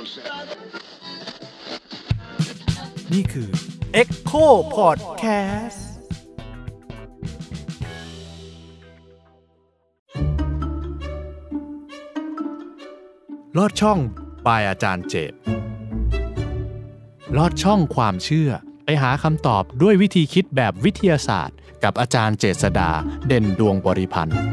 นี่คือ Echo Podcastลอดช่องบายอาจารย์เจตลอดช่องความเชื่อไปหาคำตอบด้วยวิธีคิดแบบวิทยาศาสตร์กับอาจารย์เจษฎาเด่นดวงบริพันธ์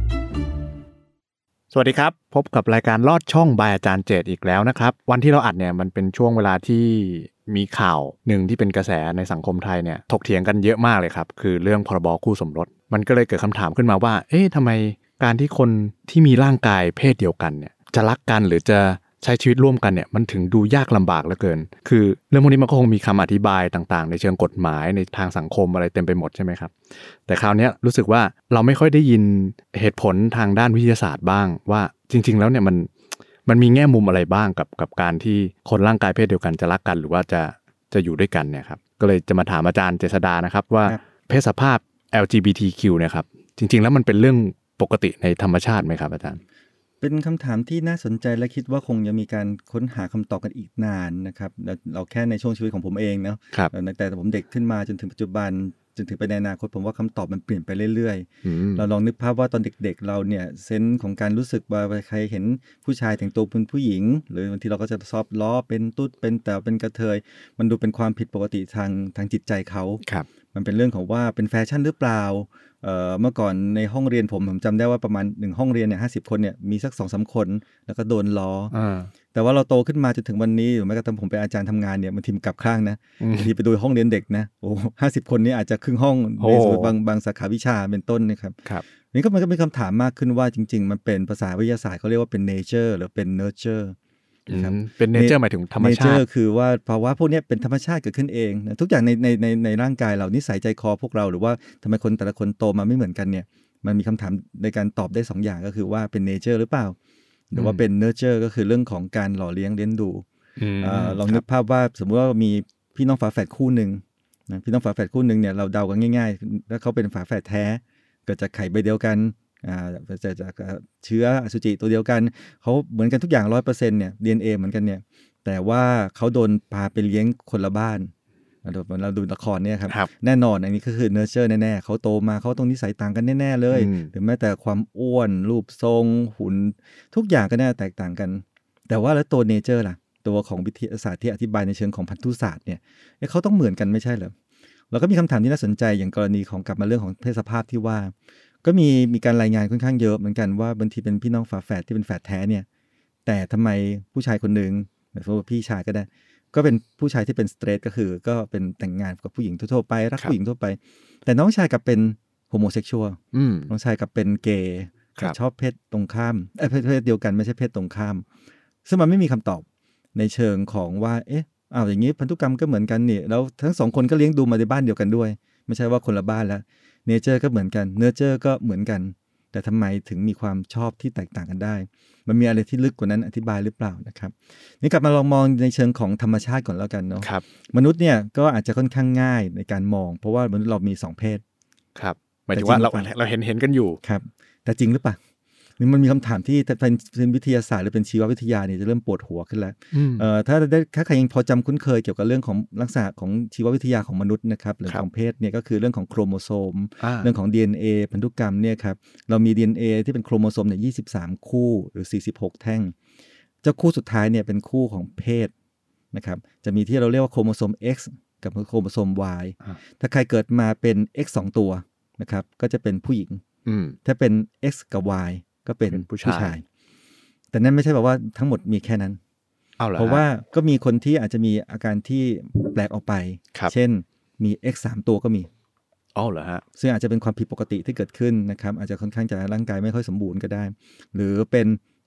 สวัสดีครับพบกับรายการลอดช่องบายอาจารย์เจตอีกแล้วนะครับวันที่เราอัดเนี่ยมันเป็นช่วงเวลาที่มีข่าวหนึ่งที่เป็นกระแสในสังคมไทยเนี่ยถกเถียงกันเยอะมากเลยครับคือเรื่องพรบคู่สมรสมันก็เลยเกิดคำถามขึ้นมาว่าทำไมการที่คนที่มีร่างกายเพศเดียวกันเนี่ยจะรักกันหรือจะใช้ชีวิตร่วมกันเนี่ยมันถึงดูยากลำบากเหลือเกินคือเรื่องพวกนี้มันก็คงมีคำอธิบายต่างๆในเชิงกฎหมายในทางสังคมอะไรเต็มไปหมดใช่ไหมครับแต่คราวนี้รู้สึกว่าเราไม่ค่อยได้ยินเหตุผลทางด้านวิทยาศาสตร์บ้างว่าจริงๆแล้วเนี่ยมันมีแง่มุมอะไรบ้างกับการที่คนร่างกายเพศเดียวกันจะรักกันหรือว่าจะอยู่ด้วยกันเนี่ยครับก็เลยจะมาถามอาจารย์เจษฎานะครับว่าเพศสภาพ LGBTQ เนี่ยครับจริงๆแล้วมันเป็นเรื่องปกติในธรรมชาติไหมครับอาจารย์เป็นคำถามที่น่าสนใจและคิดว่าคงจะมีการค้นหาคำตอบกันอีกนานนะครับเราแค่ในช่วงชีวิตของผมเองเนาะตั้งแต่ผมเด็กขึ้นมาจนถึงปัจจุบันจนถึงไปในอนาคตผมว่าคำตอบมันเปลี่ยนไปเรื่อยๆเราลองนึกภาพว่าตอนเด็กๆเราเนี่ยเซนส์ของการรู้สึกว่าใครเห็นผู้ชายแต่งตัวเป็นผู้หญิงหรือบางทีเราก็จะชอบล้อเป็นตุ๊ดเป็นแต่เป็นกระเทยมันดูเป็นความผิดปกติทางจิตใจเขามันเป็นเรื่องของว่าเป็นแฟชั่นหรือเปล่าเมื่อก่อนในห้องเรียนผมจำได้ว่าประมาณ1ห้องเรียนเนี่ย50 คนเนี่ยมีสัก 2-3 คนแล้วก็โดนล้อแต่ว่าเราโตขึ้นมาจนถึงวันนี้หรือแม้กระทั่งผมเป็นอาจารย์ทำงานเนี่ยบางทีกลับข้างนะบางทีไปดูห้องเรียนเด็กนะโอ้50 คนนี้อาจจะครึ่งห้องในส่วนบางสาขาวิชาเป็นต้นนะครับนี่ก็มันก็เป็นคำถามมากขึ้นว่าจริงๆมันเป็นภาษาวิทยาศาสตร์เขาเรียกว่าเป็น nature หรือเป็น nurture เป็น nature หมายถึงธรรมชาติ nature คือว่าภาวะพวกนี้เป็นธรรมชาติเกิดขึ้นเองนะทุกอย่างในร่างกายเรานิสัยใจคอพวกเราหรือว่าทำไมคนแต่ละคนโตมาไม่เหมือนกันเนี่ยมันมีคำถามในการตอบได้2อย่างก็คือว่าเป็น nature หรือเปล่าหรือว่าเป็น nurture ก็คือเรื่องของการหล่อเลี้ยงดูลองนึกภาพว่าสมมติว่ามีพี่น้องฝาแฝดคู่หนึ่งนะพี่น้องฝาแฝดคู่หนึ่งเนี่ยเราเดากันง่ายๆแล้วเขาเป็นฝาแฝดแท้เกิดจากไข่ใบเดียวกันจากเชื้ออสุจิตัวเดียวกันเขาเหมือนกันทุกอย่าง 100% เนี่ย DNA เหมือนกันเนี่ยแต่ว่าเขาโดนพาไปเลี้ยงคนละบ้านเราดูละครเนี่ยครับแน่นอนอันนี้ก็คือ nurture แน่ๆเขาโตมาเขาต้องนิสัยต่างกันแน่ๆเลยหรือแม้แต่ความอ้วนรูปทรงหุ่นทุกอย่างก็แน่แตกต่างกันแต่ว่าแล้วตัว nature ล่ะตัวของวิทยาศาสตร์ที่อธิบายในเชิงของพันธุศาสตร์เนี่ยเขาต้องเหมือนกันไม่ใช่เหรอเราก็มีคำถามที่น่าสนใจอย่างกรณีของกลับมาเรื่องของเพศสภาพที่ว่าก็มีการรายงานค่อนข้างเยอะเหมือนกันว่าบางทีเป็นพี่น้องฝาแฝดที่เป็นแฝดแท้เนี่ยแต่ทำไมผู้ชายคนหนึ่งหรือว่าพี่ชายก็ได้ก็เป็นผู้ชายที่เป็นสเตรทก็คือก็เป็นแต่งงานกับผู้หญิงทั่วไปรักผู้หญิงทั่วไปแต่น้องชายกลับเป็นโฮโมเซ็กชวลน้องชายกลับเป็นเกย์ชอบเพศตรงข้ามเพศเดียวกันไม่ใช่เพศตรงข้ามซึ่งมันไม่มีคำตอบในเชิงของว่าอย่างนี้พันธุกรรมก็เหมือนกันนี่แล้วทั้งสองคนก็เลี้ยงดูมาในบ้านเดียวกันด้วยไม่ใช่ว่าคนละบ้านแล้วเนเจอร์ก็เหมือนกันเนเจอร์ก็เหมือนกันแต่ทำไมถึงมีความชอบที่แตกต่างกันได้มันมีอะไรที่ลึกกว่านั้นอธิบายหรือเปล่านะครับนี่กลับมาลองมองในเชิงของธรรมชาติก่อนแล้วกันเนาะมนุษย์เนี่ยก็อาจจะค่อนข้างง่ายในการมองเพราะว่ามนุษย์เรามี2เพศครับหมายถึงว่าเราเห็นกันอยู่ครับแต่จริงหรือเปล่ามันมีคำถามที่เป็นวิทยาศาสตร์หรือเป็นชีววิทยาเนี่ยจะเริ่มปวดหัวขึ้นแล้วถ้าใครยังพอจำคุ้นเคยเกี่ยวกับเรื่องของลักษณะของชีววิทยาของมนุษย์นะครับหรือของเพศเนี่ยก็คือเรื่องของโครโมโซมเรื่องของ DNA พันธุกรรมเนี่ยครับเรามี DNA ที่เป็นโครโมโซมเนี่ย23 คู่หรือ46 แท่งเจ้าคู่สุดท้ายเนี่ยเป็นคู่ของเพศนะครับจะมีที่เราเรียกว่าโครโมโซม X กับโครโมโซม Y ถ้าใครเกิดมาเป็น X 2 ตัวนะครับก็จะเป็นผู้หญิงถ้าเป็น X กับ Yก็เป็นผู้ชายแต่นั่นไม่ใช่แบบว่าทั้งหมดมีแค่นั้นเพราะว่าก็มีคนที่อาจจะมีอาการที่แปลกออกไปเช่นมี X 3 ตัวก็มีเหรอฮะซึ่งอาจจะเป็นความผิดปกติที่เกิดขึ้นนะครับอาจจะค่อนข้างจะร่างกายไม่ค่อยสมบูรณ์ก็ได้หรือเป็น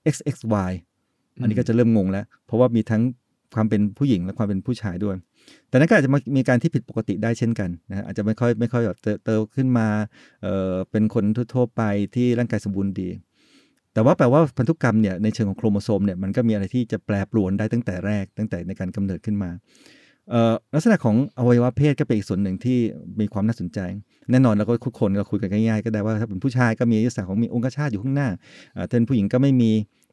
XXY อันนี้ก็จะเริ่มงงแล้วเพราะว่ามีทั้งความเป็นผู้หญิงและความเป็นผู้ชายด้วยแต่นั้นก็อาจจะมีการที่ผิดปกติได้เช่นกันนะอาจจะไม่ค่อยแบบเติบขึ้นมาเป็นคนทั่วไปที่ร่างกายสมบูรณ์ดีแต่ว่าแปลว่าพันธุกรรมเนี่ยในเชิงของโครโมโซมเนี่ยมันก็มีอะไรที่จะแปรปรวนได้ตั้งแต่ในการกำเนิดขึ้นมาลักษณะของอวัยวะเพศก็เป็นอีกส่วนหนึ่งที่มีความน่าสนใจแน่นอนแล้วก็ทุกคนเราคุยกันง่ายๆก็ได้ว่าถ้าเป็นผู้ชายก็มีลักษณะของมีองคชาตอยู่ข้างหน้าถ้าเป็นผู้หญิงก็ไม่มี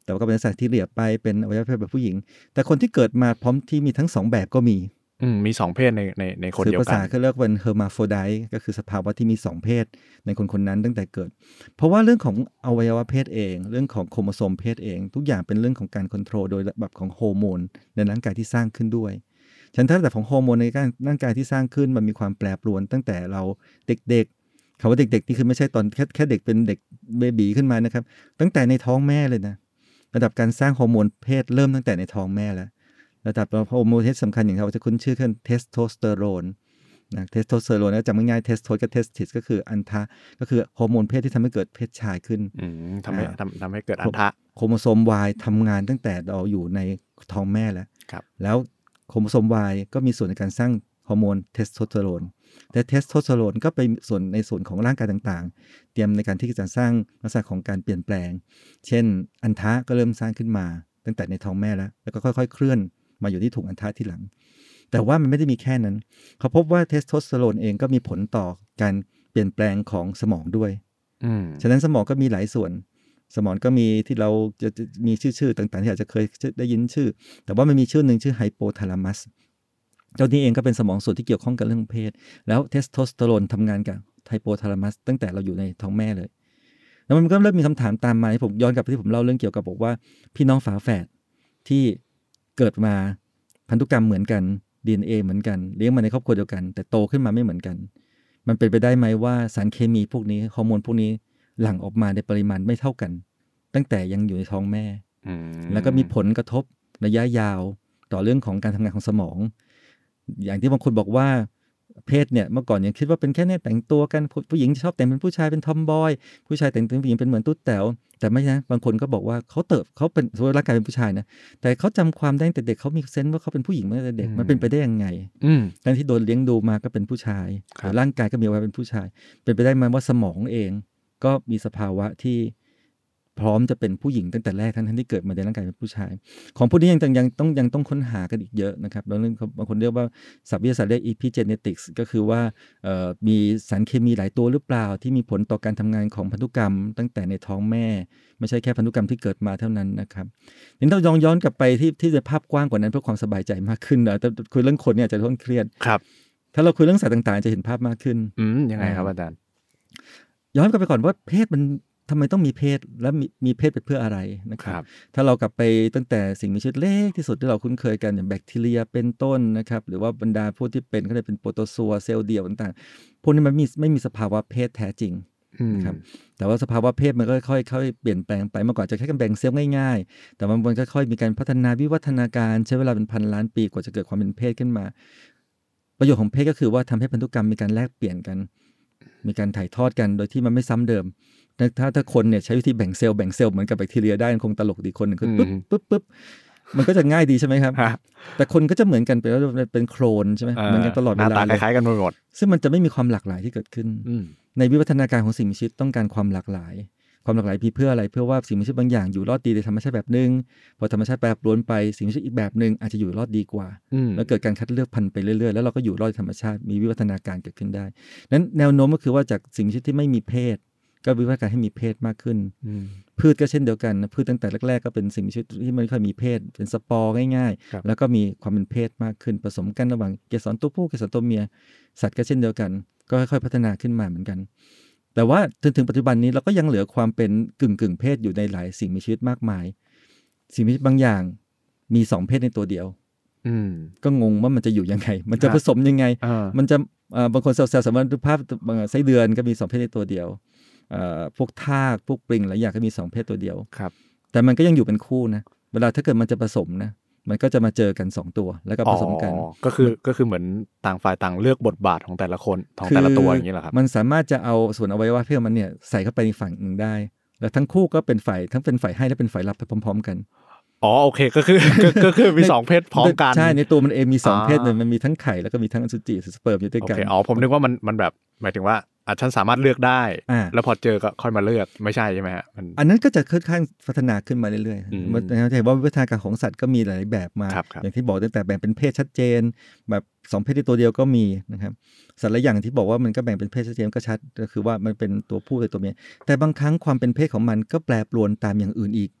แต่ว่าก็เป็นสัตว์ที่เหลียไปเป็นอวัยวะเพศแบบผู้หญิงแต่คนที่เกิดมาพร้อมที่มีทั้ง2แบบก็มีมี2เพศในคนเดียวกันภาษาเขาเรียกว่าเป็น hermaphrodite ก็คือสภาวะที่มี2เพศในคนนั้นตั้งแต่เกิดเพราะว่าเรื่องของอวัยวะเพศเองเรื่องของโครโมโซมเพศเองทุกอย่างเป็นเรื่องของการควบคุมโดยแบบของฮอร์โมนในร่างกายที่สร้างขึ้นด้วยฉะนั้นถ้าแต่ของฮอร์โมนในร่างกายที่สร้างขึ้นมันมีความแปรปรวนตั้งแต่เราเด็กๆคำว่าเด็กๆนี่คือไม่ใช่ตอนแค่เด็กเป็นเด็กเบบีขึ้นมานะครับตั้งแต่ในท้องแม่เลยนะระดับการสร้างฮอร์โมนเพศเริ่มตั้งแต่ในท้องแม่แล้วระดับฮอร์โมนเพศสำคัญอย่างเราจะคุ้นชื่อกันเทสโทสเตอโรนนะเทสโทสเตอโรนจำง่ายๆเทสโทสกับเทสติสก็คืออันทะก็คือฮอร์โมนเพศที่ทำให้เกิดเพศชายขึ้นทำให้เกิดอันทะโครโมโซม Y ทำงานตั้งแต่เราอยู่ในท้องแม่แล้วโครโมโซม Y ก็มีส่วนในการสร้างฮอร์โมนเทสโทสเตอโรนแต่เทสโทสเตอโรนก็ไปในส่วนของร่างกายต่างๆเตรียมในการที่จะสร้างลักษณะของการเปลี่ยนแปลงเช่นอันทะก็เริ่มสร้างขึ้นมาตั้งแต่ในท้องแม่แล้วก็ค่อยๆเคลื่อนมาอยู่ที่ถุงอันทะที่หลังแต่ว่ามันไม่ได้มีแค่นั้นเขาพบว่าเทสโทสเตอโรนเองก็มีผลต่อการเปลี่ยนแปลงของสมองด้วยฉะนั้นสมองก็มีหลายส่วนสมองก็มีที่เราจะมีชื่อต่างๆที่อาจจะเคยได้ยินชื่อแต่ว่ามันมีชื่อหนึ่งชื่อไฮโปทาลามัสเจ้านี้เองก็เป็นสมองส่วนที่เกี่ยวข้องกับเรื่องเพศแล้วเทสโทสเตอโรนทำงานกับไฮโปทาลามัสตั้งแต่เราอยู่ในท้องแม่เลยแล้วมันก็เริ่มมีคำถามตามมาที่ผมย้อนกลับไปที่ผมเล่าเรื่องเกี่ยวกับบอกว่าพี่น้องฝาแฝดที่เกิดมาพันธุกรรมเหมือนกัน DNA เหมือนกันเลี้ยงมาในครอบครัวเดียวกันแต่โตขึ้นมาไม่เหมือนกันมันเป็นไปได้ไหมว่าสารเคมีพวกนี้ฮอร์โมนพวกนี้หลั่งออกมาในปริมาณไม่เท่ากันตั้งแต่ยังอยู่ในท้องแม่แล้วก็มีผลกระทบระยะยาวต่อเรื่องของการทำงานของสมองอย่างที่บางคนบอกว่าเพศเนี่ยเมื่อก่อนยังคิดว่าเป็นแค่เนี่ยแต่งตัวกันผู้หญิงชอบแต่งเป็นผู้ชายเป็นทอมบอยผู้ชายแต่งเป็นผู้หญิงเป็นเหมือนตุ๊ดแต๋วแต่ไม่นะบางคนก็บอกว่าเขาเป็นสมมติร่างกายเป็นผู้ชายนะแต่เขาจำความได้แต่เด็กเขามีเซนส์ว่าเขาเป็นผู้หญิงมาตั้งแต่เด็กมันเป็นไปได้ยังไงทั้งที่โดนเลี้ยงดูมาก็เป็นผู้ชายร่างกายก็มีอวัยวะเป็นผู้ชายเป็นไปได้ไหมว่าสมองเองก็มีสภาวะที่พร้อมจะเป็นผู้หญิงตั้งแต่แรกทั้งที่เกิดมาในร่างกายเป็นผู้ชายของพวกนี้ยังต้องค้นหากันอีกเยอะนะครับแล้วบางคนเรียกว่าศัพท์วิทยาศาสตร์เรียก epigenetics ก็คือว่ามีสารเคมีหลายตัวหรือเปล่าที่มีผลต่อการทำงานของพันธุกรรมตั้งแต่ในท้องแม่ไม่ใช่แค่พันธุกรรมที่เกิดมาเท่านั้นนะครับนี่เราย้อนกลับไปที่จะภาพกว้างกว่านั้นเพื่อความสบายใจมากขึ้นนะแต่คุยเรื่องคนเนี่ยอาจจะค่อนเครียดครับถ้าเราคุยเรื่องสัตว์ต่างๆจะเห็นภาพมากขึ้นยังไงครับอาจารย์ย้อนกลับไปก่อนว่าเพศมันทำไมต้องมีเพศและมีเพศไปเพื่ออะไรนะครับถ้าเรากลับไปตั้งแต่สิ่งมีชีวิตเล็กที่สุดที่เราคุ้นเคยกันอย่างแบคทีเรียเป็นต้นนะครับหรือว่าบรรดาพวกที่เป็นเขาเรียกเป็นโปรโตซัวเซลล์เดี่ยวต่างๆพวกนี้มันไม่มีสภาวะเพศแท้จริงนะครับแต่ว่าสภาวะเพศมันก็ค่อยๆเปลี่ยนแปลงไปเมื่อก่อนจะแค่แบ่งเซลล์ง่ายๆแต่มันค่อยๆมีการพัฒนาวิวัฒนาการใช้เวลาเป็นพันล้านปีกว่าจะเกิดความเป็นเพศขึ้นมาประโยชน์ของเพศก็คือว่าทำให้พันธุกรรมมีการแลกเปลี่ยนกันมีการถ่ายทอดกันโดยที่มันไม่ซ้ำเดิมถ้าคนเนี่ยใช้วิธีแบ่งเซลล์เหมือนกับแบคทีเรียได้คงตลกดีคนหนึ่งคือปึ๊บมันก็จะง่ายดีใช่ไหมครับแต่คนก็จะเหมือนกันเป็นโคลนใช่ไหมเหมือนกันตลอดเวลาหน้าตาคล้ายๆกันหมดซึ่งมันจะไม่มีความหลากหลายที่เกิดขึ้นในวิวัฒนาการของสิ่งมีชีวิตต้องการความหลากหลายเพื่ออะไรเพื่อว่าสิ่งมีชีวิตบางอย่างอยู่รอดดีในธรรมชาติแบบนึงพอธรรมชาติแปรปรวนไปสิ่งมีชีวิตอีกแบบนึงอาจจะอยู่รอดดีกว่าแล้วเกิดการคัดเลือกพันธุ์ไปเรื่อยๆแล้วเราก็อยู่รอดในธรรมชาติมีวิวัฒนาการเกิดขึ้นได้นั้นแนวโน้มก็คือว่าจากสิ่งมีชีวิตที่ไม่มีเพศก็วิวัฒนาการให้มีเพศมากขึ้นพืชก็เช่นเดียวกันนะพืชตั้งแต่แรกๆก็เป็นสิ่งมีชีวิตที่ไม่ค่อยมีเพศเป็นสปอร์ง่ายๆแล้วก็มีความเป็นเพศมากขึ้นผสมกันระหว่างเกสรตัวผู้เกสรตัวเมียสัตว์ก็เช่นเดียวกันก็ค่อยๆพัฒนาขึ้นมาเหมือนกันแต่ว่าจนถึงปัจจุบันนี้เราก็ยังเหลือความเป็นกึ่งเพศอยู่ในหลายสิ่งมีชีวิตมากมายสิ่งมีชีวิตบางอย่างมี2เพศในตัวเดียวก็งงว่ามันจะอยู่ยังไงมันจะผสมยังไงมันจะบางคนแซวๆสมมติภาพไส้เดือนก็มี2เพศในตัวเดียวพวกทากพวกปลิงหลายอย่างก็มี2เพศตัวเดียวแต่มันก็ยังอยู่เป็นคู่นะเวลาถ้าเกิดมันจะผสมนะมันก็จะมาเจอกัน2ตัวแล้วก็ผสมกันก็คือเหมือนต่างฝ่ายต่างเลือกบทบาทของแต่ละคนของแต่ละตัวอย่างนี้เหรอครับมันสามารถจะเอาส่วนอวัยวะเพศมันเนี่ยใส่เข้าไปในฝั่งหนึ่งได้แล้วทั้งคู่ก็เป็นฝ่ายทั้งเป็นฝ่ายให้และเป็นฝ่ายรับไปพร้อมๆกันโอเคก็คือมี2เพศพร้อมกันใช่ในตัวมันเองมี2เพศเลยมันมีทั้งไข่แล้วก็มีทั้งอสุจิสเปิร์มอยู่ด้วยกันผมนึกว่ามันแบบหมายถึงว่าฉันสามารถเลือกได้แล้วพอเจอก็ค่อยมาเลือกไม่ใช่ใช่ไหมฮะอันนั้นก็จะค่อนข้างพัฒนาขึ้นมาเรื่อยๆมันจะเห็นว่าวิวัฒนาการของสัตว์ก็มีหลายแบบมาอย่างที่บอกตั้งแต่แบ่งเป็นเพศชัดเจนแบบ2เพศในตัวเดียวก็มีนะครับสัตว์หลายอย่างที่บอกว่ามันก็แบ่งเป็นเพศชัดเจนก็ชัดก็คือว่ามันเป็นตัวผู้หรือตัวเมียแต่บางครั้งความเป็นเพศของมันก็แปรปรวนตามอย่างอื่นอีก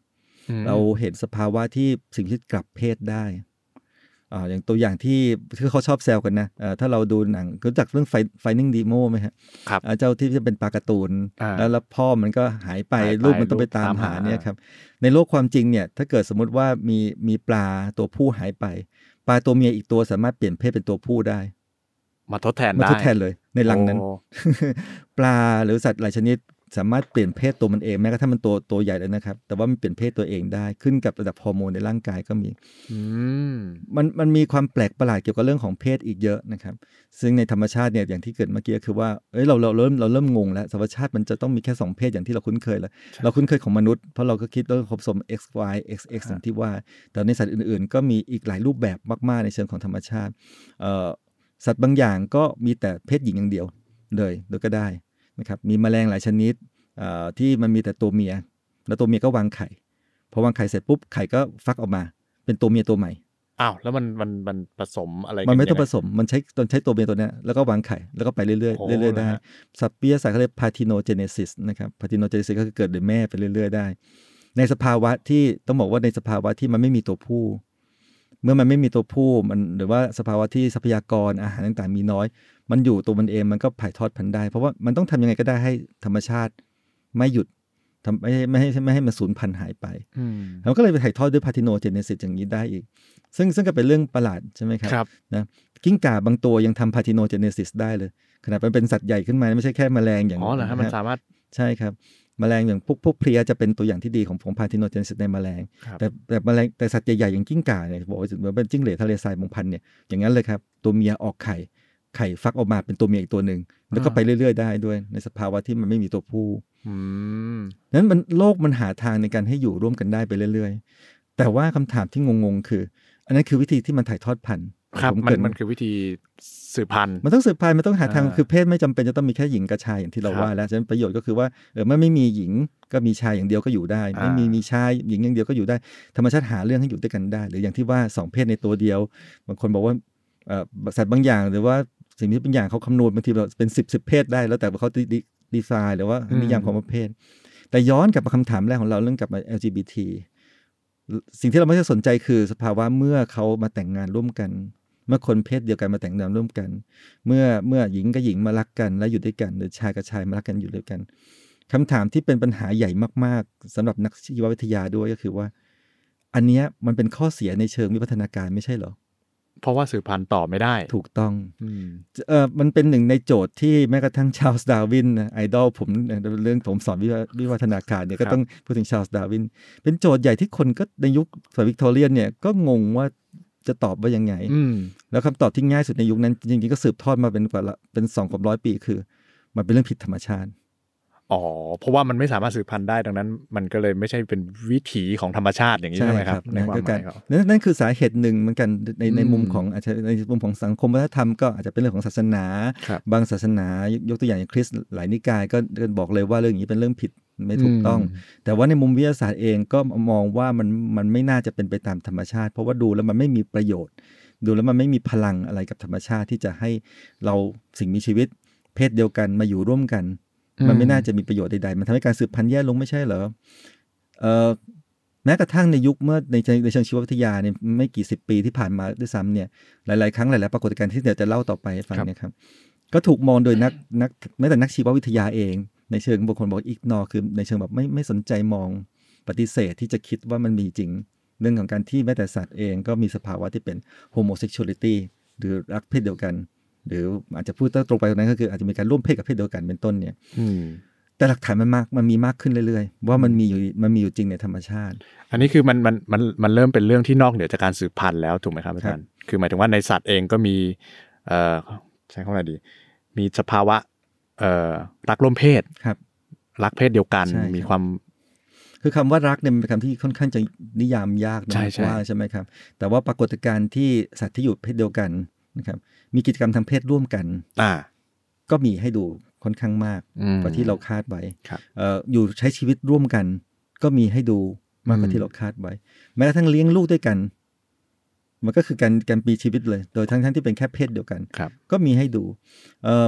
เราเห็นสภาวะที่สิ่งที่กลับเพศได้อย่างตัวอย่างที่เขาชอบแซวกันนะถ้าเราดูหนังรู้จักเรื่อง Finding Nemo ไหมครับเจ้าที่จะเป็นปลาการ์ตูนแล้วพ่อมันก็หายไปลูกมันต้องไปตามหาเนี่ยครับในโลกความจริงเนี่ยถ้าเกิดสมมติว่ามีปลาตัวผู้หายไปปลาตัวเมียอีกตัวสามารถเปลี่ยนเพศเป็นตัวผู้ได้มาทดแทนเลยในรังนั้น ปลาหรือสัตว์หลายชนิดสามารถเปลี่ยนเพศตัวมันเองแม้กระทั่งมันตัวใหญ่เลยนะครับแต่ว่ามันเปลี่ยนเพศตัวเองได้ขึ้นกับระดับฮอร์โมนในร่างกายก็มีมันมีความแปลกประหลาดเกี่ยวกับเรื่องของเพศอีกเยอะนะครับซึ่งในธรรมชาติเนี่ยอย่างที่เกิดเมื่อกี้คือว่าเราเริ่มงงแล้วธรรมชาติมันจะต้องมีแค่2เพศอย่างที่เราคุ้นเคยแล้วเราคุ้นเคยของมนุษย์เพราะเราก็คิดว่าผสม XY XX อย่างที่ว่าแต่ในสัตว์อื่นๆก็มีอีกหลายรูปแบบมากๆในเชิงของธรรมชาติสัตว์บางอย่างก็มีแต่เพศหญิงอย่างเดียวเลยโดยก็ได้นะครับมีแมลงหลายชนิดที่มันมีแต่ตัวเมียแล้วตัวเมียก็วางไข่พอวางไข่เสร็จปุ๊บไข่ก็ฟักออกมาเป็นตัวเมียตัวใหม่แล้วมันผสมอะไรมันไม่ต้องผสมมันใช้ตัวเมียตัวนี้แล้วก็วางไข่แล้วก็ไปเรื่อยๆเรื่อยๆได้สัตว์วิทยาศาสตร์เขาเรียก parthenogenesis นะครับ parthenogenesis ก็คือเกิดโดยแม่ไปเรื่อยๆได้ในสภาวะที่ต้องบอกว่าในสภาวะที่มันไม่มีตัวผู้เมื่อมันไม่มีตัวผู้มันหรือว่าสภาวะที่ทรัพยากรอาหารต่างๆมีน้อยมันอยู่ตัวมันเองมันก็ถ่ายทอดพันธุ์ได้เพราะว่ามันต้องทำยังไงก็ได้ให้ธรรมชาติไม่หยุดไม่ให้มันสูญพันธุ์หายไปแล้วก็เลยไปถ่ายทอดด้วย parthenogenesis อย่างนี้ได้อีกซึ่งก็เป็นเรื่องประหลาดใช่ไหมครับนะกิ้งก่าบางตัวยังทำ parthenogenesis ได้เลยขนาดมันเป็นสัตว์ใหญ่ขึ้นมาไม่ใช่แค่แมลงอย่างเหรอฮะมันสามารถใช่ครับแมลงอย่างพวกเพลียจะเป็นตัวอย่างที่ดีของparthenogenesis ในแมลงแต่แมลงแต่สัตว์ใหญ่ๆอย่างกิ้งก่าเนี่ยบอกว่าเหมือนเป็นจิ้งเหลนทะเลทรายบางพันธุ์เนี่ยอย่างนั้นเลยครับตัวเมียออกไข่ฟักออกมาเป็นตัวเมียอีกตัวหนึ่งแล้วก็ไปเรื่อยๆได้ด้วยในสภาวะที่มันไม่มีตัวผู้นั้นโลกมันหาทางในการให้อยู่ร่วมกันได้ไปเรื่อยๆแต่ว่าคำถามที่งงๆคืออันนั้นคือวิธีที่มันถ่ายทอดพันธุ์ครับมันคือวิธีสืบพันธุ์มันต้องสืบพันธุ์มันต้องหาทางคือเพศไม่จำเป็นจะต้องมีแค่หญิงกับชายอย่างที่เราว่าแล้วฉะนั้นประโยชน์ก็คือว่าเมื่อไม่มีหญิงก็มีชายอย่างเดียวก็อยู่ได้ไม่มีชายหญิงอย่างเดียวก็อยู่ได้ธรรมชาติหาเรื่องให้อยู่ด้วยกันได้หรืออย่างที่ว่า2เพศในตัวเดียวบางคนบอกว่าสัตว์บางอย่างหรือว่าสิ่งที่เป็นอย่างเขาคำนวณบางทีเราเป็น10เพศได้แล้วแต่ว่าเขาดีไซน์หรือว่านิยามของประเภทแต่ย้อนกลับมาคำถามแรกของเราเรื่องกลับมา LGBT สิ่งที่เราไม่ได้สนใจคือสภาวะเมื่อเขามาแต่งงานร่วมกันเมื่อคนเพศเดียวกันมาแต่งงานร่วมกันเมื่อหญิงกับหญิงมารักกันและอยู่ด้วยกันหรือชายกับชายมารักกันอยู่ด้วยกันคำถามที่เป็นปัญหาใหญ่มากๆสำหรับนักชีววิทยาด้วยก็คือว่าอันนี้มันเป็นข้อเสียในเชิงวิวัฒนาการไม่ใช่เหรอเพราะว่าสืบพันธุ์ต่อไม่ได้ถูกต้องมันเป็นหนึ่งในโจทย์ที่แม้กระทั่งชาร์ลส์ดาร์วินไอดอลผมเรื่องผมสอนวิวัฒนาการเนี่ยก็ต้องพูดถึงชาร์ลส์ดาร์วินเป็นโจทย์ใหญ่ที่คนก็ในยุคสมัยวิกตอเรียนเนี่ยก็งงว่าจะตอบว่ายังไงแล้วคำตอบที่ง่ายสุดในยุคนั้นจริงๆก็สืบทอดมาเป็น200 ปีคือมันเป็นเรื่องผิดธรรมชาติเพราะว่ามันไม่สามารถสืบพันธุ์ได้ดังนั้นมันก็เลยไม่ใช่เป็นวิถีของธรรมชาติอย่างนี้ใช่ไหมครับในความหมายนั่นคือสาเหตุหนึ่งเหมือนกันในมุมของอาจจะในมุมของสังคมวัฒนธรรมก็อาจจะเป็นเรื่องของศาสนาบางศาสนายกตัวอย่างคริสต์หลายนิกายก็บอกเลยว่าเรื่องนี้เป็นเรื่องผิดไม่ถูกต้องแต่ว่าในมุมวิทยาศาสตร์เองก็มองว่ามันไม่น่าจะเป็นไปตามธรรมชาติเพราะว่าดูแล้วมันไม่มีประโยชน์ดูแล้วมันไม่มีพลังอะไรกับธรรมชาติที่จะให้เราสิ่งมีชีวิตเพศเดียวกันมาอยู่ร่วมกันมันไม่น่าจะมีประโยชน์ใดๆมันทำให้การสืบพันธุ์แย่ลงไม่ใช่เหรอแม้กระทั่งในยุคเมื่อในเชิงชีววิทยาเนี่ยไม่กี่สิบปีที่ผ่านมาด้วยซ้ำเนี่ยหลายๆครั้งหลายๆปรากฏการณ์ที่เดี๋ยวจะเล่าต่อไปฟังเนี่ยครับก็ถูกมองโดยนักแม้แต่นักชีววิทยาเองในเชิงบางคนบอกอิกนอร์คือในเชิงแบบไม่สนใจมองปฏิเสธที่จะคิดว่ามันมีจริงเรื่องของการที่แม้แต่สัตว์เองก็มีสภาวะที่เป็น homosexuality หรือรักเพศเดียวกันหรืออาจจะพูดตรงไปตรงนั้นก็คืออาจจะมีการร่วมเพศกับเพศเดียวกันเป็นต้นเนี่ยแต่หลักฐานมันมีมากขึ้นเรื่อยๆว่ามันมีอยู่จริงในธรรมชาติอันนี้คือมันเริ่มเป็นเรื่องที่นอกเหนือจากการสืบพันธุ์แล้วถูกไหมครับอาจารย์คือหมายถึงว่าในสัตว์เองก็มีใช้คำว่าดีมีสภาวะรักร่วมเพศรักเพศเดียวกันมีความคือคำว่ารักเนี่ยเป็นคำที่ค่อนข้างจะนิยามยากนะว่าใช่ไหมครับแต่ว่าปรากฏการณ์ที่สัตว์ที่อยู่เพศเดียวกันนะครับมีกิจกรรมทางเพศร่วมกันก็มีให้ดูค่อนข้างมากกว่าที่เราคาดไว้อยู่ใช้ชีวิตร่วมกันก็มีให้ดูมากกว่าที่เราคาดไว้แม้กระทั่งเลี้ยงลูกด้วยกันมันก็คือการมีชีวิตเลยโดยทั้งที่เป็นแค่เพศเดียวกันก็มีให้ดู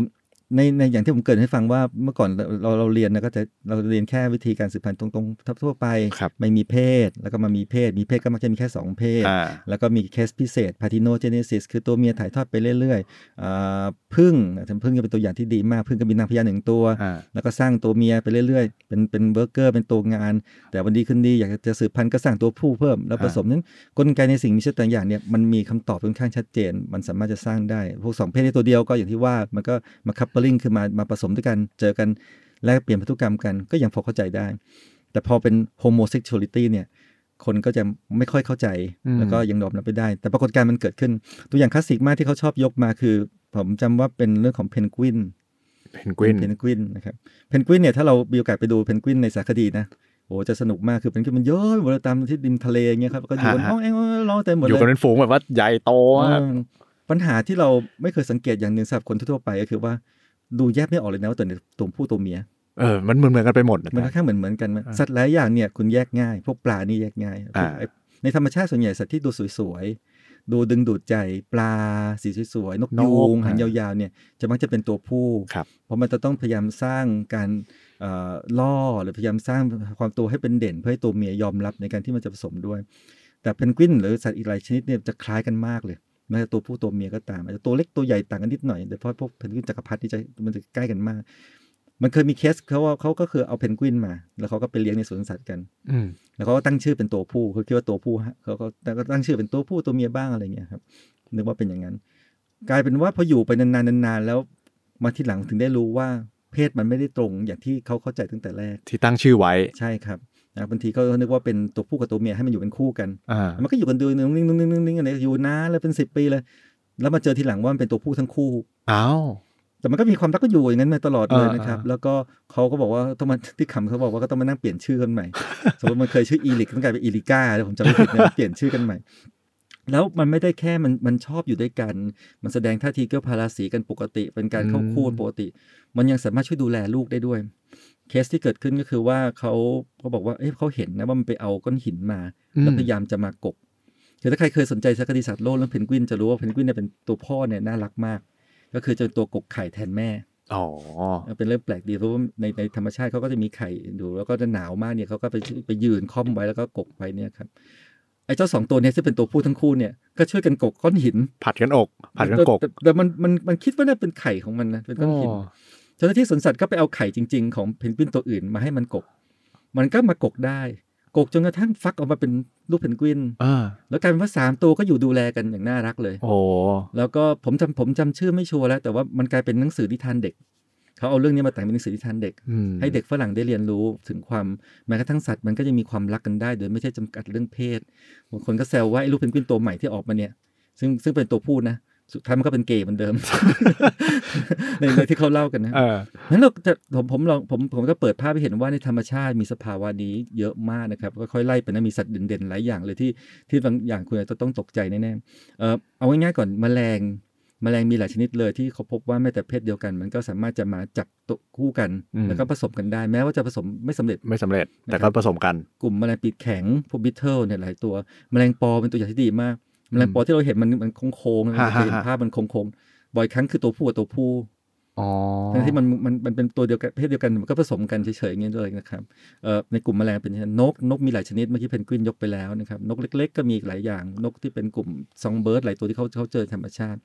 ในอย่างที่ผมเกริ่นให้ฟังว่าเมื่อก่อนเราเรียนนะก็จะเราเรียนแค่วิธีการสืบพันธุ์ตรงๆทั่วไปไม่มีเพศแล้วก็มามีเพศก็มักจะมีแค่2เพศแล้วก็มีเคสพิเศษ Parthenogenesis คือตัวเมียถ่ายทอดไปเรื่อยๆผึ้งก็เป็นตัวอย่างที่ดีมากผึ้งก็มีนางพญา1ตัวแล้วก็สร้างตัวเมียไปเรื่อยๆเป็นเวิร์กเกอร์เป็นตัวงานแต่วันดีคืนดีอยากจะสืบพันธุ์ก็สร้างตัวผู้เพิ่มแล้วผสมนั้นกลไกในสิ่งมีชีวิตต่างอย่างเนี่ยมันมีคำตอบค่อนข้างชัดเจนมันสามารถจะสร้างได้พวก2เพศในตัวเดียวก็อย่างที่ว่ามันก็มาคัพเปอร์ลิงคือมาผสมด้วยกันเจอกันแลกเปลี่ยนพันธุกรรมกันก็ยังพอเข้าใจได้แต่พอเป็น homosexuality เนี่ยคนก็จะไม่ค่อยเข้าใจแล้วก็ยังยอมรับไม่ได้แต่ปรากฏการณ์มันเกิดขึ้นตัวอย่างคลาสสิกมากที่เขาชอบยกมาคือผมจำว่าเป็นเรื่องของเพนกวินนะครับเพนกวินเนี่ยถ้าเรามีโอกาสไปดูเพนกวินในสารคดีนะโอ้จะสนุกมากคือเพนกวินมันเยอะหมดตามที่ริมทะเลอย่างเงี้ยครับก็อยู่ห้องร้องเต็มหมดเลยอยู่กันเป็นฝูงแบบว่าใหญ่โตปัญหาที่เราไม่เคยสังเกตอย่างหนึ่งสำหรับคนทั่วไปก็คือว่าดูแยกไม่ออกเลยนะว่าตัวผู้ตัวเมียมันเหมือนกันไปหมดมันค่อนข้างเหมือนกันสัตว์หลายอย่างเนี่ยคุณแยกง่ายพวกปลานี่แยกง่ายในธรรมชาติส่วนใหญ่สัตว์ที่ดูสวยๆดูดึงดูดใจปลาสีสวยๆนกยูงหางยาวๆเนี่ยจะมักจะเป็นตัวผู้เพราะมันจะต้องพยายามสร้างการล่อหรือพยายามสร้างความตัวให้เป็นเด่นเพื่อให้ตัวเมียยอมรับในการที่มันจะผสมด้วยแต่เพนกวินหรือสัตว์อีกหลายชนิดเนี่ยจะคล้ายกันมากเลยแม้แต่ตัวผู้ตัวเมียก็ตามอาจจะตัวเล็กตัวใหญ่ต่างกันนิดหน่อยโดยเฉพาะพวกเพนกวินจักรพรรดินี่มันจะใกล้กันมากมันเคยมีเคสเขาก็คือเอาเพนกวินมาแล้วเขาก็ไปเลี้ยงในสวนสัตว์กันแล้วเขาก็ตั้งชื่อเป็นตัวผู้เขาคิดว่าตัวผู้เขาก็ตั้งชื่อเป็นตัวผู้ตัวเมียบ้างอะไรเงี้ยครับนึกว่าเป็นอย่างนั้นกลายเป็นว่าพออยู่ไปนานแล้วมาทีหลังถึงได้รู้ว่าเพศมันไม่ได้ตรงอย่างที่เขาเข้าใจตั้งแต่แรกที่ตั้งชื่อไว้ใช่ครับบางทีก็นึกว่าเป็นตัวผู้กับตัวเมียให้มันอยู่เป็นคู่กันมันก็อยู่กันดูนิ่งอะไรอยู่นานเลยเป็น10 ปีเลยแล้วมาเจอทีหลังว่ามันเป็นตัวผู้ทั้งคู่แต่มันก็มีความรักก็อยู่อย่างนั้นมาตลอดเลยนะครับแล้วก็เขาก็บอกว่าต้องมาที่คำเขาบอกว่าก็ต้องมานั่งเปลี่ยนชื่อกันใหม่สมมติมันเคยชื่ออีลิกต้องกลายเป็นอีลิก้าแล้วผมจำไม่ผิดนะเปลี่ยนชื่อกันใหม่แล้วมันไม่ได้แค่มันชอบอยู่ด้วยกันมันแสดงท่าทีเกี่ยวพาราสีกันปกติเป็นการเข้าคู่ปกติมันยังสามารถช่วยดูแลลูกได้ด้วยเคสที่เกิดขึ้นก็คือว่าเขาบอกว่าเขาเห็นนะว่ามันไปเอาก้อนหินมาแล้วพยายามจะมากบคือถ้าใครเคยสนใจสารคดีสัตว์โลกเรื่องเพนกวินจะรู้ว่าเพนกวินเนี่ยเป็นตัวพ่อเนี่ยน่ารักมากก็คือจะตัวกกไข่แทนแม่เป็นเรื่องแปลกดีเพราะว่าในธรรมชาติเขาก็จะมีไข่ดูแล้วก็จะหนาวมากเนี่ยเขาก็ไปยืนค่อมไว้แล้วก็กกไว้เนี่ยครับไอ้เจ้า2ตัวนี้ที่เป็นตัวผู้ทั้งคู่เนี่ยก็ช่วยกันกกก้อนหินผัดกันกแต่มันคิดว่าน่าเป็นไข่ของมันนะเป็นก้อนหินเจ้าหน้าที่สวนสัตว์ก็ไปเอาไข่จริงๆของเพนกวินตัวอื่นมาให้มันกกมันก็มากกได้กกจนกระทั่งฟักออกมาเป็นลูกเพนกวินแล้วกลายเป็นว่า3ตัวก็อยู่ดูแลกันอย่างน่ารักเลยแล้วก็ผมจำชื่อไม่ชัวร์แล้วแต่ว่ามันกลายเป็นหนังสือนิทานเด็กเขาเอาเรื่องนี้มาแต่งเป็นหนังสือนิทานเด็กให้เด็กฝรั่งได้เรียนรู้ถึงความแม้กระทั่งสัตว์มันก็จะมีความรักกันได้โดยไม่ใช่จำกัดเรื่องเพศบางคนก็แซวว่าไอ้ลูกเพนกวินตัวใหม่ที่ออกมาเนี่ยซึ่งเป็นตัวผู้นะสุดท้ายมันก็เป็นเกย์เหมือนเดิม ในที่เขาเล่ากันนะนั้นเราจะผมก็เปิดภาพให้เห็นว่าในธรรมชาติมีสภาวะนี้เยอะมากนะครับก็ค่อยไล่ไปนะมีสัตว์เด่นๆหลายอย่างเลยที่บางอย่างคุณอาจจะต้องตกใจแน่ๆเอาง่ายๆก่อนแมลงมีหลายชนิดเลยที่เขาพบว่าแม้แต่เพศเดียวกันมันก็สามารถจะมาจับตัวคู่กันแล้วก็ผสมกันได้แม้ว่าจะผสมไม่สำเร็จแต่ก็ผสมกันกลุ่มแมลงปีกแข็งพวกบิทเทิลเนี่ยหลายตัวแมลงปอเป็นตัวอย่างที่ดีมากแมลงปอที่เราเห็นมันโค้งๆเราเห็นภาพมันโค้งๆบ่อยครั้งคือตัวผู้กับตัวผู้ทั้งที่มันเป็นตัวเดียวกันเพศเดียวกันมันก็ผสมกันเฉยๆอย่างนี้เลยนะครับในกลุ่มแมลงเป็นนกมีหลายชนิดเมื่อกี้เพนกวินยกไปแล้วนะครับนกเล็กๆก็มีหลายอย่างนกที่เป็นกลุ่มซองเบิร์ดหลายตัวที่เขาเจอธรรมชาติ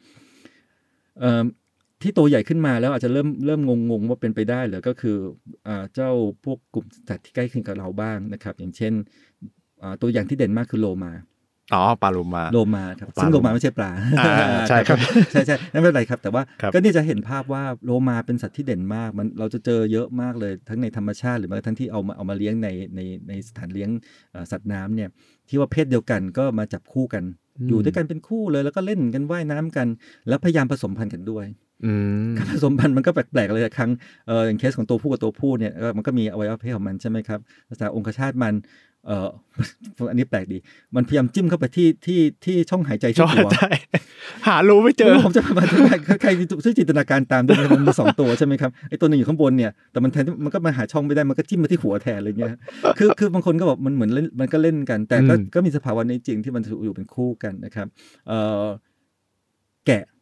ที่ตัวใหญ่ขึ้นมาแล้วอาจจะเริ่มงงว่าเป็นไปได้หรือก็คือเจ้าพวกกลุ่มสัตว์ที่ใกล้เคียงกับเราบ้างนะครับอย่างเช่นตัวอย่างที่เด่นมากคือโลมาปลาโลมาครับซึ่งโลมาไม่ใช่ปลาใช่ครับใช่ไม่เป็นไรครับแต่ว่าก็นี่จะเห็นภาพว่าโลมาเป็นสัตว์ที่เด่นมากมันเราจะเจอเยอะมากเลยทั้งในธรรมชาติหรือแม้กระทั่งที่เอามาเลี้ยงในสถานเลี้ยงสัตว์น้ำเนี่ยที่ว่าเพศเดียวกันก็มาจับคู่กันอยู่ด้วยกันเป็นคู่เลยแล้วก็เล่นกันว่ายน้ำกันแล้วพยายามผสมพันธุ์กันด้วยการผสมพันธุ์มันก็แปลกๆเลยครั้งอย่างเคสของตัวผู้กับตัวผู้เนี่ยมันก็มีอวัยวะเพศของมันใช่ไหมครับลักษณะองคชาตมันอันนี้แปลกดีมันพยายามจิ้มเข้าไปที่ช่องหายใจที่หัวหารู้ไม่เจอผมจะมาที่ใครช่วยจินตนาการตามด้วยมันมี2ตัวใช่ไหมครับไอ้ตัวนึงอยู่ข้างบนเนี่ยแต่มันแทนมันก็มาหาช่องไม่ได้มันก็จิ้มมาที่หัวแทนอะไรเงี้ยคือบางคนก็บอกมันเหมือนมันก็เล่นกันแต่ก็มีสภาวะในจริงที่มันอยู่เป็นคู่กันนะครับแกะ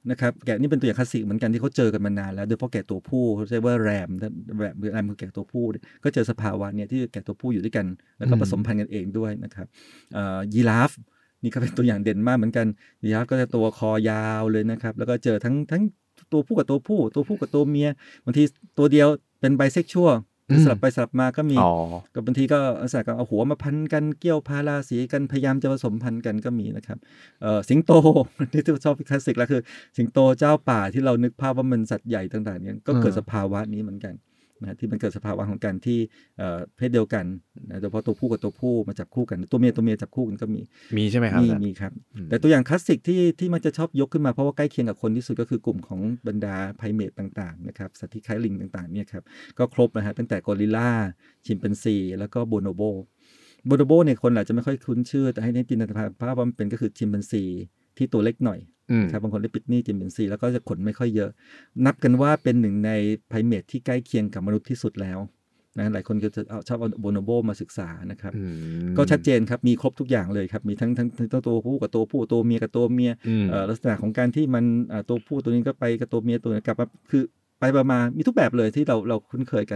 นะครับแกะนี่เป็นตัวอย่างคลาสสิกเหมือนกันที่เขาเจอกันมานานแล้วโดยเฉพาะแกะตัวผู้เขาเรียกว่าแรมคือแกะตัวผู้ก็เจอสภาวะเนี่ยที่แกะตัวผู้อยู่ด้วยกันแล้วก็ผสมพันธุ์กันเองด้วยนะครับยีราฟนี่ก็เป็นตัวอย่างเด่นมากเหมือนกันยีราฟก็จะตัวคอยาวเลยนะครับแล้วก็เจอทั้งตัวผู้กับตัวผู้กับตัวเมียบางทีตัวเดียวเป็นไบเซ็กชวลสลับไปสลับมาก็มีกับบางทีก็อาศัยกันเอาหัวมาพันกันเกี่ยวพาราสีกันพยายามจะผสมพันธุ์กันก็มีนะครับสิงโตที่ชอบคลาสสิกแล้วคือสิงโตเจ้าป่าที่เรานึกภาพว่ามันสัตว์ใหญ่ต่างๆเนี่ยก็เกิดสภาวะนี้เหมือนกันนะที่มันเกิดสภาวะของการที่เพศเดียวกันนะโดยเฉพาะตัวผู้กับตัวผู้มาจับคู่กันตัวเมียจับคู่กันก็มีใช่ไหมครับมีครับแต่ตัวอย่างคลาสสิกที่มันจะชอบยกขึ้นมาเพราะว่าใกล้เคียงกับคนที่สุดก็คือกลุ่มของบรรดาไพรเมตต่างๆนะครับสัตว์ที่คล้ายลิงต่างๆเนี่ยครับก็ครบนะฮะตั้งแต่กอริลลาชิมแปนซีแล้วก็โบโนโบเนี่ยคนอาจจะไม่ค่อยคุ้นชื่อแต่ให้จินตนาการภาพว่ามันเป็นก็คือชิมแปนซีที่ตัวเล็กหน่อยครับบางคนเรียกปิตนี่ชิมแปนซีแล้วก็จะขนไม่ค่อยเยอะนับกันว่าเป็นหนึ่งในไพรเมตที่ใกล้เคียงกับมนุษย์ที่สุดแล้วนะหลายคนก็จะชอบเอาโบโนโบมาศึกษานะครับก็ชัดเจนครับมีครบทุกอย่างเลยครับมีทั้งตัวผู้กับตัวผู้ตัวเมียกับตัวเมียลักษณะของการที่มันตัวผู้ตัวนี้ก็ไปกับตัวเมียตัวนี้กลับมาคือไปมามีทุกแบบเลยที่เราคุ้นเคยกัน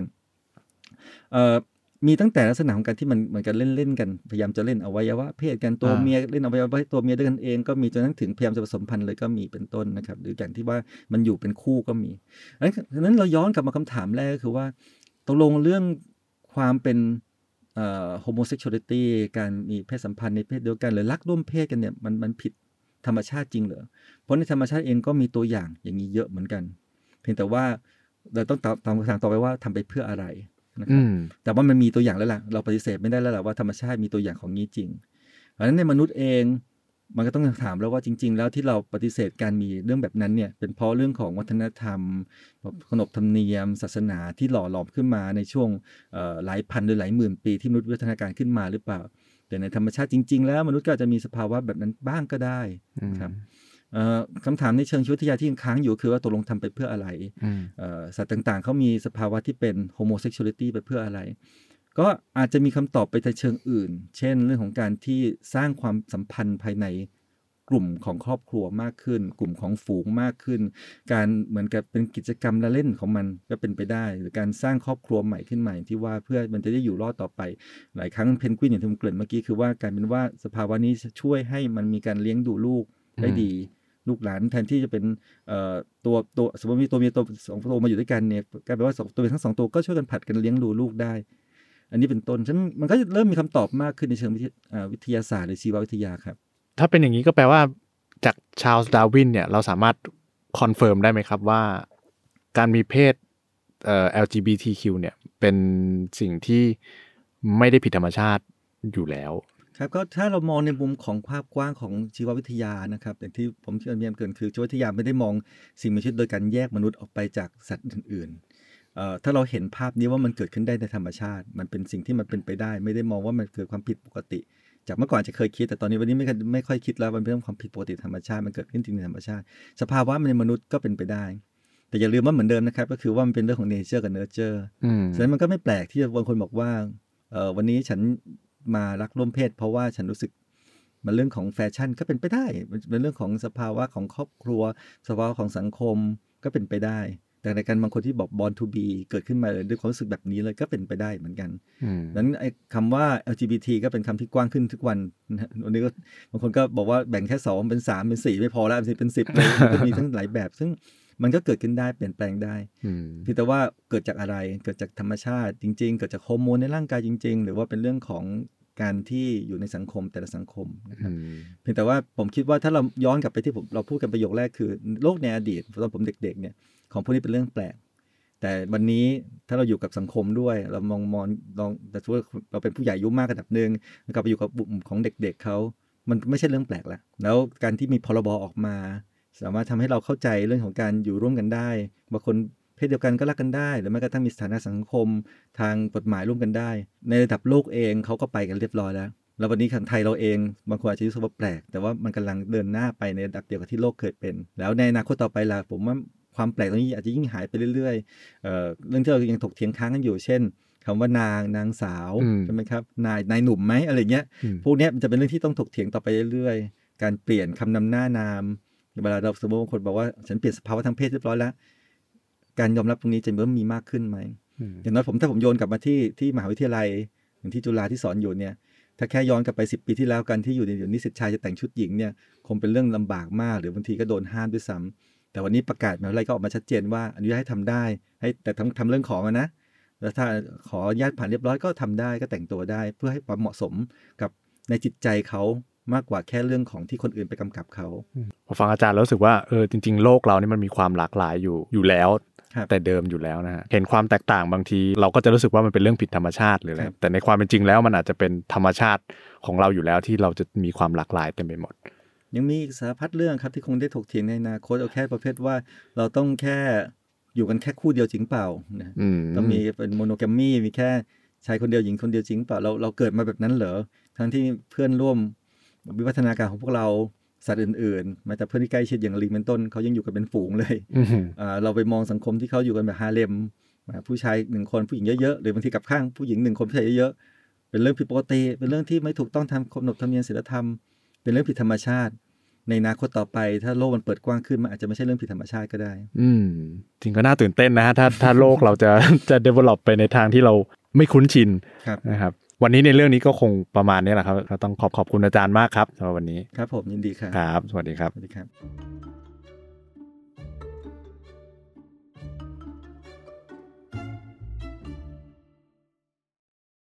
มีตั้งแต่ลักษณะของการที่มันเหมือนกันเล่นกันพยายามจะเล่นอวัยวะเพศกันตัวเมียเล่นอวัยวะตัวเมียด้วยกันเองก็มีจนทั้งถึงพยายามจะผสมพันธุ์เลยก็มีเป็นต้นนะครับหรืออย่างที่ว่ามันอยู่เป็นคู่ก็มีดังนั้นเราย้อนกลับมาคำถามแรกก็คือว่าตกลงเรื่องความเป็นhomosexuality การมีเพศสัมพันธ์ในเพศเดียวกันหรือรักร่วมเพศกันเนี่ยมันผิดธรรมชาติจริงเหรอเพราะในธรรมชาติเองก็มีตัวอย่างอย่างนี้เยอะเหมือนกันเพียงแต่ว่าเราต้องตามคำถามต่อไปว่าทำไปเพื่ออะไรนะครับแต่ว่ามันมีตัวอย่างแล้วล่ะเราปฏิเสธไม่ได้แล้วล่ะว่าธรรมชาติมีตัวอย่างของนี้จริงเพราะฉะนั้นในมนุษย์เองมันก็ต้องถามแล้วว่าจริงๆแล้วที่เราปฏิเสธการมีเรื่องแบบนั้นเนี่ยเป็นเพราะเรื่องของวัฒนธรรมขนบธรรมเนียมศาสนาที่หล่อหลอมขึ้นมาในช่วงหลายพันหรือหลายหมื่นปีที่มนุษย์วิวัฒนาการขึ้นมาหรือเปล่าแต่ในธรรมชาติจริงๆแล้วมนุษย์ก็จะมีสภาวะแบบนั้นบ้างก็ได้ครับคำถามในเชิงชีววิทยาที่ยังค้างอยู่คือว่าตกลงทำไปเพื่ออะไรสัตว์ต่างๆเขามีสภาวะที่เป็น homosexuality ไปเพื่ออะไรก็อาจจะมีคำตอบไปในเชิงอื่นเช่นเรื่องของการที่สร้างความสัมพันธ์ภายในกลุ่มของครอบครัวมากขึ้นกลุ่มของฝูงมากขึ้นการเหมือนกับเป็นกิจกรรมละเล่นของมันก็เป็นไปได้หรือการสร้างครอบครัวใหม่ขึ้นใหม่ที่ว่าเพื่อมันจะได้อยู่รอดต่อไปหลายครั้งเพนกวินอย่างที่ผมเกริ่นเมื่อกี้คือว่ากลายเป็นว่าสภาวะนี้ช่วยให้มันมีการเลี้ยงดูลูกได้ดีลูกหลานแทนที่จะเป็นตัวสมมติมีตัวเมียตัวสองตัวมาอยู่ด้วยกันเนี่ยกลายเป็นว่าตัวเมียทั้งสองตัวก็ช่วยกันผลัดกันเลี้ยงดูลูกได้อันนี้เป็นต้นฉะนั้นมันก็เริ่มมีคำตอบมากขึ้นในเชิงวิทยาศาสตร์หรือชีววิทยาครับถ้าเป็นอย่างนี้ก็แปลว่าจากชาร์ลส์ดาร์วินเนี่ยเราสามารถคอนเฟิร์มได้ไหมครับว่าการมีเพศLGBTQ เนี่ยเป็นสิ่งที่ไม่ได้ผิดธรรมชาติอยู่แล้วครับก็ถ้าเรามองในมุมของภาพกว้างของชีววิทยานะครับอย่างที่ผมเรียนเกินคือชีววิทยาไม่ได้มองสิ่งมีชีวิตโดยการแยกมนุษย์ออกไปจากสัตว์อื่นๆถ้าเราเห็นภาพนี้ว่ามันเกิดขึ้นได้ในธรรมชาติมันเป็นสิ่งที่มันเป็นไปได้ไม่ได้มองว่ามันเกิดความผิดปกติจากเมื่อก่อนจะเคยคิดแต่ตอนนี้วันนี้ไม่ค่อยคิดแล้วมันเป็นเรื่องความผิดปกติธรรมชาติมันเกิดขึ้นจริงในธรรมชาติสภาวะในมนุษย์ก็เป็นไปได้แต่อย่าลืมว่าเหมือนเดิมนะครับก็คือว่ามันเป็นเรื่องของ nature กับ nurture ฉะนั้นมันก็ไม่แปลกที่บางคนบอกว่าวันนี้ฉันมารักร่วมเพศเพราะว่าฉันรู้สึกมันเรื่องของแฟชั่นก็เป็นไปได้เป็นเรื่องของสภาวะของครอบครัวสภาวะของสังคมก็เป็นไปได้แต่ในการบางคนที่บอก born to be เกิดขึ้นมาเลยด้วยความรู้สึกแบบนี้เลยก็เป็นไปได้เหมือนกันดังนั้นไอ้คำว่า LGBT ก็เป็นคำที่กว้างขึ้นทุกวันวันนี้ก็บางคนก็บอกว่าแบ่งแค่2เป็น3เป็น4ไม่พอแล้วเป็น10เลยจะมีทั้งหลายแบบซึ่งมันก็เกิดขึ้นได้เปลี่ยนแปลงได้เพียงแต่ว่าเกิดจากอะไรเกิดจากธรรมชาติจริงๆเกิดจากฮอร์โมนในร่างกายจริงๆหรือว่าเป็นเรื่องของการที่อยู่ในสังคมแต่ละสังคมนะครับเพียงแต่ว่าผมคิดว่าถ้าเราย้อนกลับไปที่เราพูดกันประโยคแรกคือโลกในอดีตตอนผมเด็กๆเนี่ยของพวกนี้เป็นเรื่องแปลกแต่วันนี้ถ้าเราอยู่กับสังคมด้วยเราลองแต่ว่าเราเป็นผู้ใหญ่อายุมากระดับนึงกลับไปอยู่กับกลุ่มของเด็กๆเขามันไม่ใช่เรื่องแปลกแล้วการที่มีพรบออกมาสามารถทำให้เราเข้าใจเรื่องของการอยู่ร่วมกันได้บางคนเพศเดียวกันก็รักกันได้หรือแม้กระทั่งมีสถานะสังคมทางกฎหมายร่วมกันได้ในระดับโลกเองเขาก็ไปกันเรียบร้อยแล้ววันนี้ของไทยเราเองบางคนอาจจะรู้สึกว่าแปลกแต่ว่ามันกำลังเดินหน้าไปในระดับเดียวกับที่โลกเคยเป็นแล้วในอนาคตต่อไปล่ะผมว่าความแปลกตรงนี้อาจจะยิ่งหายไปเรื่อยๆเรื่องที่เรายังถกเถียงค้างกันอยู่เช่นคำว่านางสาวใช่ไหมครับนายหนุ่มไหมอะไรเงี้ยพวกนี้มันจะเป็นเรื่องที่ต้องถกเถียงต่อไปเรื่อยๆการเปลี่ยนคำนำหน้านามเวลาเราสมมติบางคนบอกว่าฉันเปลี่ยนสภาวะทางเพศเรียบร้อยแล้วการยอมรับตรงนี้จะเริ่มมีมากขึ้นไหมอย่างน้อยถ้าผมโยนกลับมาที่มหาวิทยาลัยอย่างที่จุฬาที่สอนอยู่เนี่ยถ้าแค่ย้อนกลับไป10 ปีที่แล้วกันที่อยู่ในนิสิตชายจะแต่งชุดหญิงเนี่ยคงเป็นเรื่องลำบากมากหรือบางทีก็โดนห้ามด้วยซ้ำแต่วันนี้ประกาศมหาวิทยาลัยก็ออกมาชัดเจนว่าอนุญาตให้ทำได้ให้แต่ทำเรื่องของนะแล้วถ้าขออนุญาตผ่านเรียบร้อยก็ทำได้ก็แต่งตัวได้เพื่อให้ความเหมาะสมกับในจิตใจเขามากกว่าแค่เรื่องของที่คนอื่นไปกำกับเขาพอฟังอาจารย์แล้วรู้สึกว่าจริงๆโลกเรานี่มันมีความหลากหลายอยู่แล้วแต่เดิมอยู่แล้วนะฮะเห็นความแตกต่างบางทีเราก็จะรู้สึกว่ามันเป็นเรื่องผิดธรรมชาติหรืออะไรแต่ในความเป็นจริงแล้วมันอาจจะเป็นธรรมชาติของเราอยู่แล้วที่เราจะมีความหลากหลายเต็มไปหมดยังมีสารพัดเรื่องครับที่คงได้ถกเถียงในอนาคตเอาแค่ประเภทว่าเราต้องแค่อยู่กันแค่คู่เดียวจริงเปล่านะต้องมีเป็นโมโนแกมมี่มีแค่ชายคนเดียวหญิงคนเดียวจริงเปล่าเราเกิดมาแบบนั้นเหรอทั้งที่เพื่อนร่วมวิวัฒนาการของพวกเราสัตว์อื่นๆแม้แต่เพื่อนที่ใกล้ชิดอย่างลิงเป็นต้นเขายังอยู่กันเป็นฝูงเลยเราไปมองสังคมที่เขาอยู่กันแบบฮาเลมผู้ชาย1 คนผู้หญิงเยอะๆหรือบางทีกับข้างผู้หญิง1 คนผู้ชายเยอะๆเป็นเรื่องผิดปกติเป็นเรื่องที่ไม่ถูกต้องตามขนบธรรมเนียมศีลธรรมเป็นเรื่องผิดธรรมชาติในอนาคตต่อไปถ้าโลกมันเปิดกว้างขึ้นมันอาจจะไม่ใช่เรื่องผิดธรรมชาติก็ได้จริงก็น่าตื่นเต้นนะฮะถ้าโลกเราจะ develop ไปในทางที่เราไม่คุ้นชินนะครับวันนี้ในเรื่องนี้ก็คงประมาณนี้แหละครับต้องขอบคุณอาจารย์มากครับสำหรับวันนี้ครับผมยินดีครับครับสวัสดีครับสวัสดีครับ